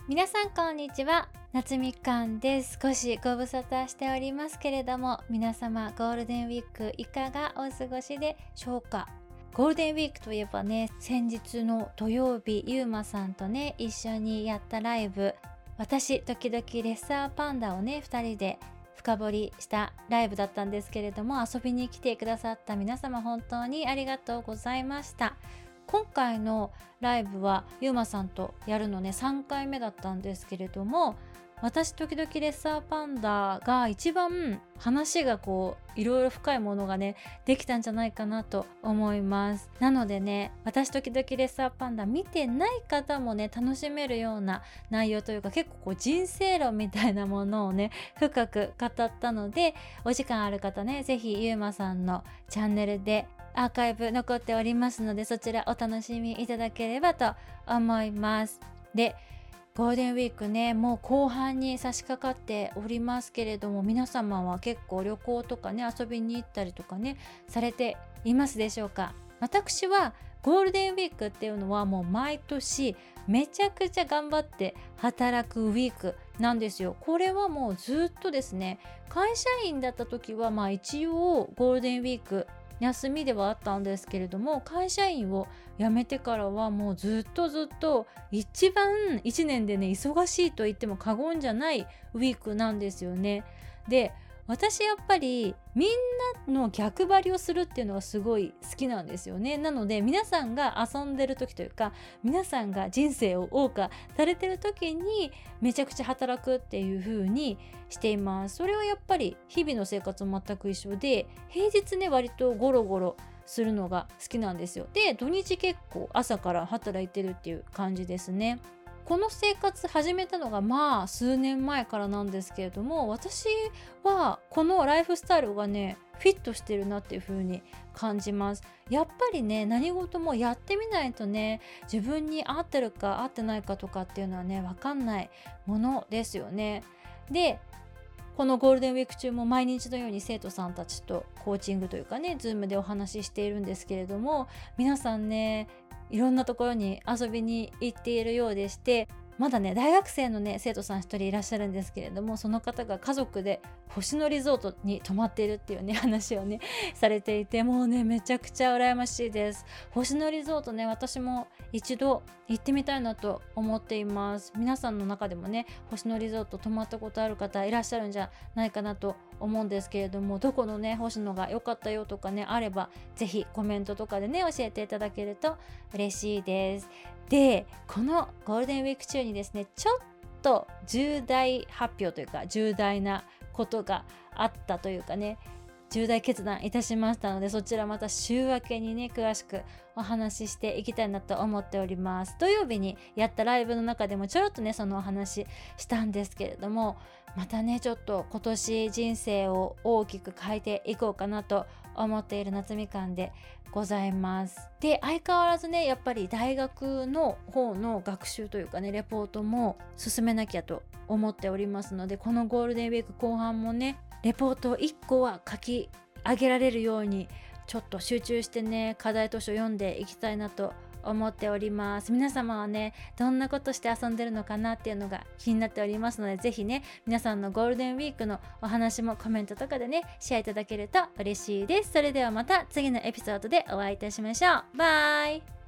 皆さんこんにちは、夏みかんです。少しご無沙汰しておりますけれども、皆様ゴールデンウィークいかがお過ごしでしょうか。ゴールデンウィークといえばね、先日の土曜日ゆうまさんとね一緒にやったライブ、私時々レッサーパンダをね2人で深掘りしたライブだったんですけれども、遊びに来てくださった皆様本当にありがとうございました。今回のライブはゆうまさんとやるのね3回目だったんですけれども、私時々レッサーパンダが一番話がいろいろ深いものがねできたんじゃないかなと思います。なのでね、私時々レッサーパンダ見てない方もね楽しめるような内容というか、結構人生論みたいなものをね深く語ったので、お時間ある方ねぜひゆうまさんのチャンネルでアーカイブ残っておりますので、そちらお楽しみいただければと思います。で、ゴールデンウィークねもう後半に差し掛かっておりますけれども、皆様は結構旅行とかね遊びに行ったりとかねされていますでしょうか。私はゴールデンウィークっていうのはもう毎年めちゃくちゃ頑張って働くウィークなんですよ。これはもうずっとですね、会社員だった時は一応ゴールデンウィーク休みではあったんですけれども、会社員を辞めてからはもうずっと一番1年でね忙しいと言っても過言じゃないウィークなんですよね。で、私やっぱりみんなの逆張りをするっていうのがすごい好きなんですよね。なので皆さんが遊んでる時というか、皆さんが人生を謳歌されてる時にめちゃくちゃ働くっていう風にしています。それはやっぱり日々の生活も全く一緒で、平日ね割とゴロゴロするのが好きなんですよ。で、土日結構朝から働いてるっていう感じですね。この生活始めたのが数年前からなんですけれども、私はこのライフスタイルがねフィットしてるなっていう風に感じます。やっぱりね、何事もやってみないとね、自分に合ってるか合ってないかとかっていうのはね分かんないものですよね。で、このゴールデンウィーク中も毎日のように生徒さんたちとコーチングというかね、ズームでお話ししているんですけれども、皆さんねいろんなところに遊びに行っているようでして、まだね大学生のね生徒さん一人いらっしゃるんですけれども、その方が家族で星野リゾートに泊まっているっていうね話をねされていて、もうねめちゃくちゃ羨ましいです。星野リゾートね、私も一度行ってみたいなと思っています。皆さんの中でもね星野リゾート泊まったことある方いらっしゃるんじゃないかなと思うんですけれども、どこのね星野が良かったよとかねあれば、ぜひコメントとかでね教えていただけると嬉しいです。で、このゴールデンウィーク中にですね、ちょっと重大発表というか重大なことがあったというかね、重大決断いたしましたので、そちらまた週明けにね詳しくお話ししていきたいなと思っております。土曜日にやったライブの中でもちょろっとねそのお話したんですけれども、またねちょっと今年人生を大きく変えていこうかなと思っている夏みかんでございます。で、相変わらずねやっぱり大学の方の学習というかねレポートも進めなきゃと思っておりますので、このゴールデンウィーク後半もねレポート1個は書き上げられるようにちょっと集中してね課題図書読んでいきたいなと思っております。皆様はねどんなことして遊んでるのかなっていうのが気になっておりますので、ぜひね皆さんのゴールデンウィークのお話もコメントとかでねシェアいただけると嬉しいです。それではまた次のエピソードでお会いいたしましょう。バイ。